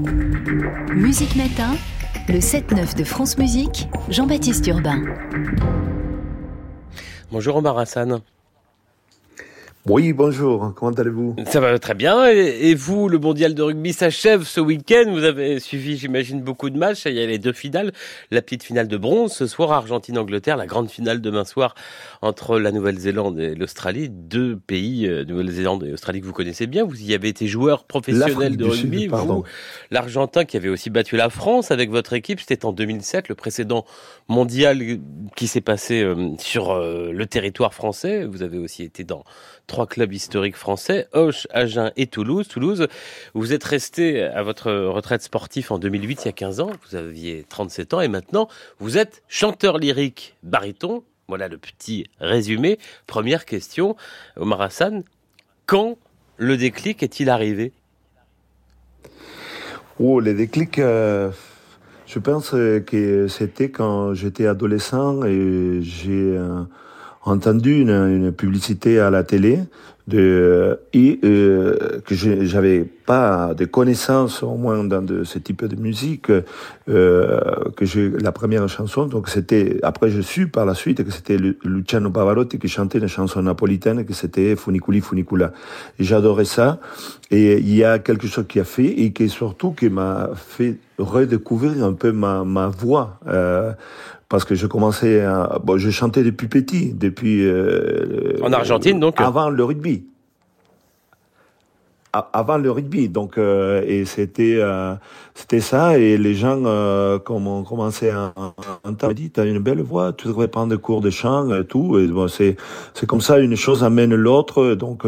Musique Matin, le 7-9 de France Musique, Jean-Baptiste Urbain. Bonjour Omar Hassan. Oui, bonjour, comment allez-vous ? Ça va très bien, et vous, le mondial de rugby s'achève ce week-end, vous avez suivi, j'imagine, beaucoup de matchs, il y a les deux finales, la petite finale de bronze, ce soir Argentine-Angleterre, la grande finale demain soir entre la Nouvelle-Zélande et l'Australie, deux pays, Nouvelle-Zélande et Australie que vous connaissez bien, vous y avez été joueur professionnel de rugby, vous, l'Argentin qui avait aussi battu la France avec votre équipe, c'était en 2007, le précédent mondial qui s'est passé sur le territoire français, vous avez aussi été dans 3 clubs historiques français, Auch, Agen et Toulouse. Toulouse, vous êtes resté à votre retraite sportive en 2008, il y a 15 ans, vous aviez 37 ans et maintenant vous êtes chanteur lyrique baryton. Voilà le petit résumé. Première question, Omar Hassan, quand le déclic est-il arrivé ? Le déclic, je pense que c'était quand j'étais adolescent et j'ai entendu une publicité à la télé que j'avais pas de connaissances au moins dans ce type de musique, que j'ai la première chanson, donc c'était, après je su par la suite que c'était Luciano Pavarotti qui chantait une chanson napolitaine, que c'était Funiculi Funicula. Et j'adorais ça, et il y a quelque chose qui a fait, et qui surtout qui m'a fait redécouvrir un peu ma voix, parce que je commençais je chantais depuis petit, depuis en Argentine donc avant le rugby. Avant le rugby, donc et c'était ça, et les gens comme on commençait à entendre, dit t'as une belle voix, tu devrais prendre des cours de chant et tout, et bon c'est comme ça, une chose amène l'autre, donc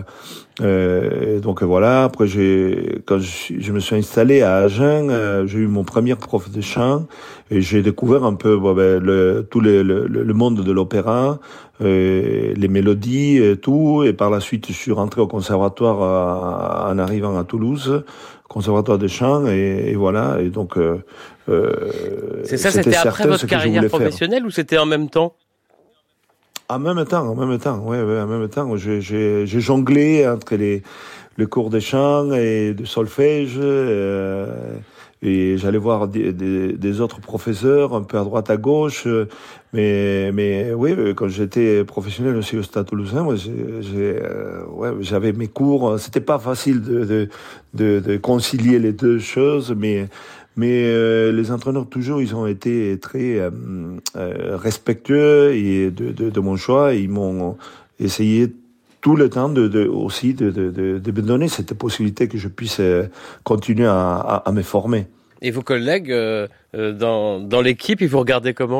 voilà. Après quand je me suis installé à Agen, j'ai eu mon premier prof de chant et j'ai découvert un peu tout le monde de l'opéra, les mélodies et tout, et par la suite je suis rentré au conservatoire en arrivant à Toulouse, conservatoire de chant, et voilà, et donc c'est ça, c'était après votre carrière professionnelle ou c'était en même temps ? En même temps, ouais, en même temps. J'ai jonglé entre les cours de chant et de solfège, et j'allais voir des autres professeurs un peu à droite à gauche, mais oui, quand j'étais professionnel aussi au Stade Toulousain, moi j'avais mes cours. C'était pas facile de concilier les deux choses, mais les entraîneurs toujours, ils ont été très respectueux et de mon choix. Ils m'ont essayé tout le temps de me donner cette possibilité que je puisse continuer à me former. Et vos collègues dans l'équipe, ils vous regardaient comment ?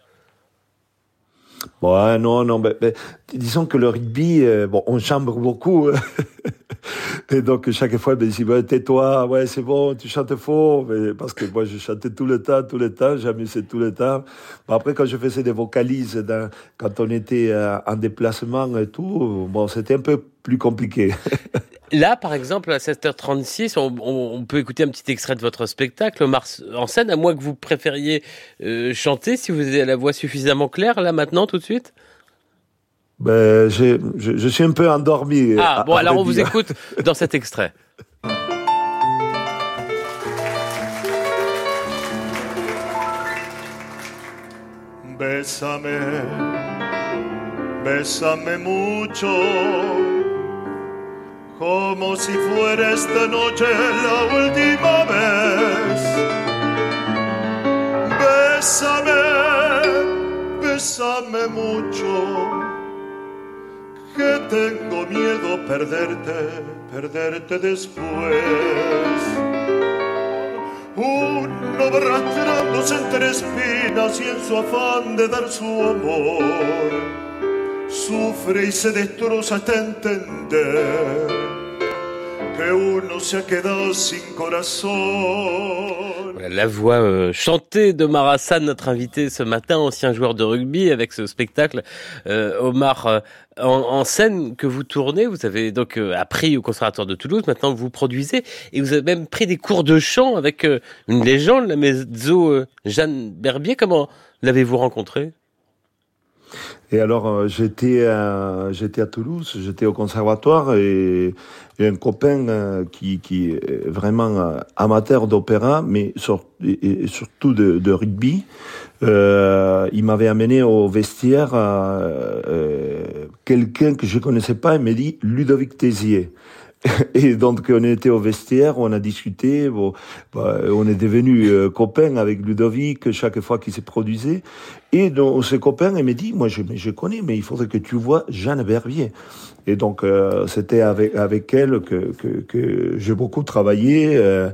Ouais, non, disons que le rugby, on chambre beaucoup. Et donc, chaque fois, ils disent, tais-toi, ouais, c'est bon, tu chantes faux. Mais parce que moi, je chantais tout le temps, j'amusais tout le temps. Après, quand je faisais des vocalises, quand on était en déplacement et tout, c'était un peu plus compliqué. Là, par exemple, à 7h36, on peut écouter un petit extrait de votre spectacle, Omar en scène, à moins que vous préfériez chanter, si vous avez la voix suffisamment claire, là, maintenant, tout de suite ? Je suis un peu endormi. Alors on vous écoute dans cet extrait. Bésame, bésame mucho, como si fuera esta noche la última vez. Bésame, bésame mucho, que tengo miedo perderte después. Uno va arrastrándose entre espinas y en su afán de dar su amor sufre y se destroza hasta entender que uno se ha quedado sin corazón. La voix chantée d'Omar Hassan, notre invité ce matin, ancien joueur de rugby, avec ce spectacle Omar en scène que vous tournez. Vous avez donc appris au Conservatoire de Toulouse, maintenant vous produisez, et vous avez même pris des cours de chant avec une légende, la mezzo Jeanne Berbier. Comment l'avez-vous rencontré ? Et alors, j'étais à Toulouse, j'étais au conservatoire et un copain qui est vraiment amateur d'opéra, mais et surtout de rugby, il m'avait amené au vestiaire quelqu'un que je connaissais pas, il m'a dit Ludovic Tézier. Et donc on était au vestiaire, on a discuté, on est devenus copains avec Ludovic chaque fois qu'il se produisait. Et donc ce copain, il m'a dit, moi je connais, mais il faudrait que tu vois Jeanne Verviers. Et donc c'était avec elle que j'ai beaucoup travaillé.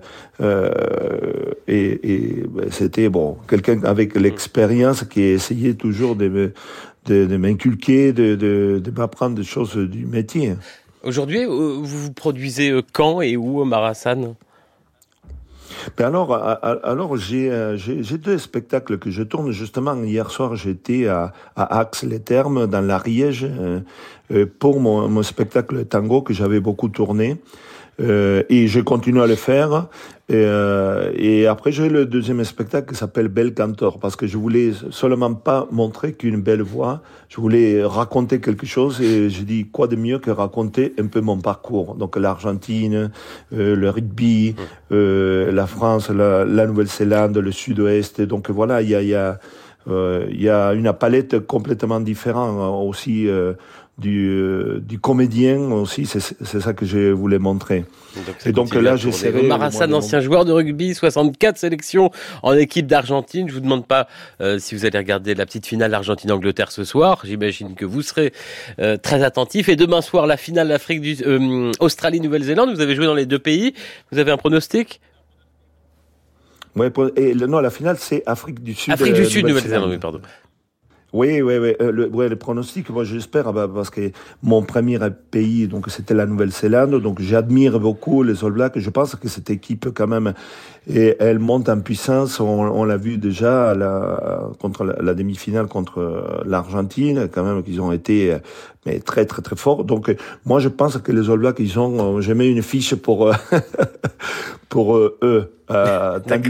Et c'était quelqu'un avec l'expérience qui essayait toujours de m'inculquer, de m'apprendre des choses du métier. Aujourd'hui, vous vous produisez quand et où au Marassan ? Ben alors j'ai 2 spectacles que je tourne. Justement, hier soir, j'étais à Ax-les-Thermes, dans l'Ariège, pour mon spectacle tango que j'avais beaucoup tourné. Et je continue à le faire. Et après, j'ai le 2e spectacle qui s'appelle Bel Cantor, parce que je voulais seulement pas montrer qu'une belle voix, je voulais raconter quelque chose, et je dis quoi de mieux que raconter un peu mon parcours. Donc l'Argentine, le rugby, la France, la Nouvelle-Zélande, le Sud-Ouest. Donc voilà, il y a une palette complètement différente aussi. Du comédien aussi, c'est ça que je voulais montrer. Et donc là, j'essaierai... Marassan, ancien joueur de rugby, 64 sélections en équipe d'Argentine. Je vous demande pas si vous allez regarder la petite finale Argentine-Angleterre ce soir. J'imagine que vous serez très attentif. Et demain soir, la finale Australie-Nouvelle-Zélande. Vous avez joué dans les 2 pays. Vous avez un pronostic ? Ouais, non, la finale, c'est Afrique du Sud. Afrique du Sud, Nouvelle-Zélande, oui, pardon. Oui. Le pronostic, moi j'espère, parce que mon premier pays, donc c'était la Nouvelle-Zélande, donc j'admire beaucoup les All Blacks. Je pense que cette équipe quand même, et elle monte en puissance. On l'a vu déjà contre la demi-finale contre l'Argentine, quand même qu'ils ont été mais très très très forts. Donc moi je pense que les All Blacks, j'ai mis une fiche pour pour eux. Tandis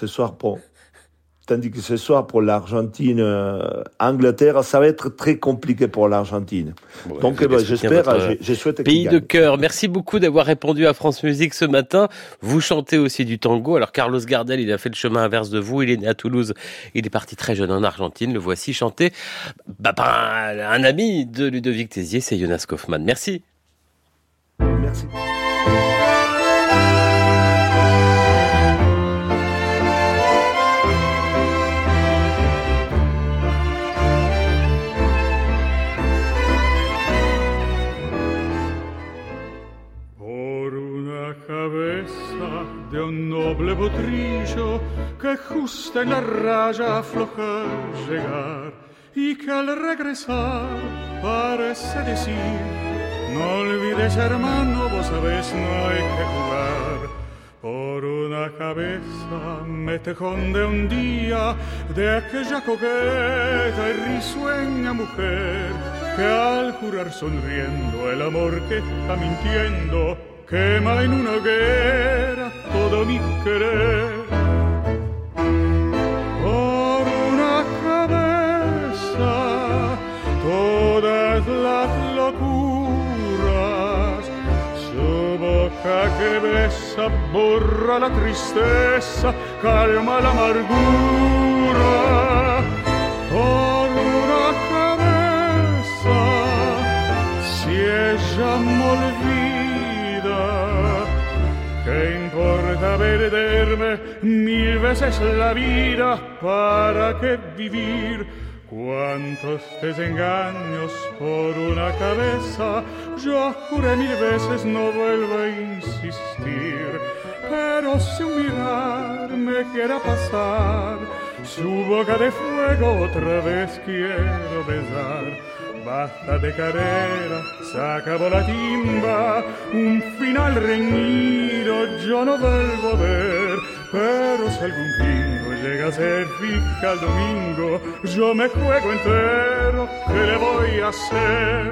que ce soir, pour l'Argentine, Angleterre, ça va être très compliqué pour l'Argentine. Ouais, donc, j'espère, je souhaite pays de cœur. Merci beaucoup d'avoir répondu à France Musique ce matin. Vous chantez aussi du tango. Alors, Carlos Gardel, il a fait le chemin inverse de vous. Il est né à Toulouse. Il est parti très jeune en Argentine. Le voici chanter par un ami de Ludovic Tézier, c'est Jonas Kaufmann. Merci. Merci. De un noble potrillo que justo en la raya afloja llegar y que al regresar parece decir: no olvides, hermano, vos sabés, no hay que jugar. Por una cabeza me tejón de un día de aquella coqueta y risueña mujer que al jurar sonriendo el amor que está mintiendo quema en una hoguera todo mi querer. Por una cabeza todas las locuras, su boca que besa borra la tristeza, calma la amargura. Por una cabeza, si ella me olvida, ¿qué importa perderme 1000 veces la vida? ¿Para qué vivir? Cuántos desengaños por una cabeza. Yo juré 1000 veces no vuelvo a insistir, pero si un mirar me quiera pasar, su boca de fuego otra vez quiero besar. Basta de carrera, se acabó la timba, un final reñido yo no vuelvo a ver. Pero si algún pingo llega a ser fija el domingo, yo me juego entero, ¿qué le voy a hacer?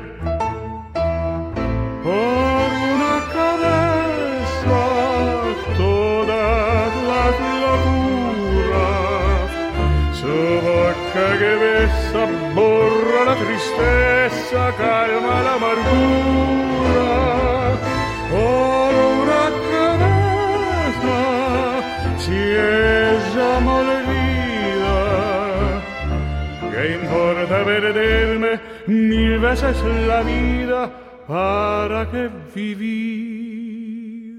Por una cabeza todas las locuras, su boca que besa borra la tristeza, calma la amargura. Por una cabeza, si ella me olvida, ¿qué importa perderme 1000 veces la vida? ¿Para qué vivir?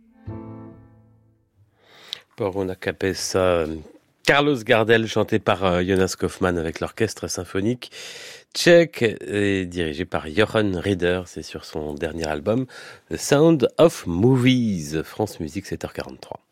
Por una cabeza, Carlos Gardel, chanté par Jonas Kaufmann avec l'orchestre symphonique tchèque et dirigé par Johan Rieder. C'est sur son dernier album, The Sound of Movies. France Musique, 7h43.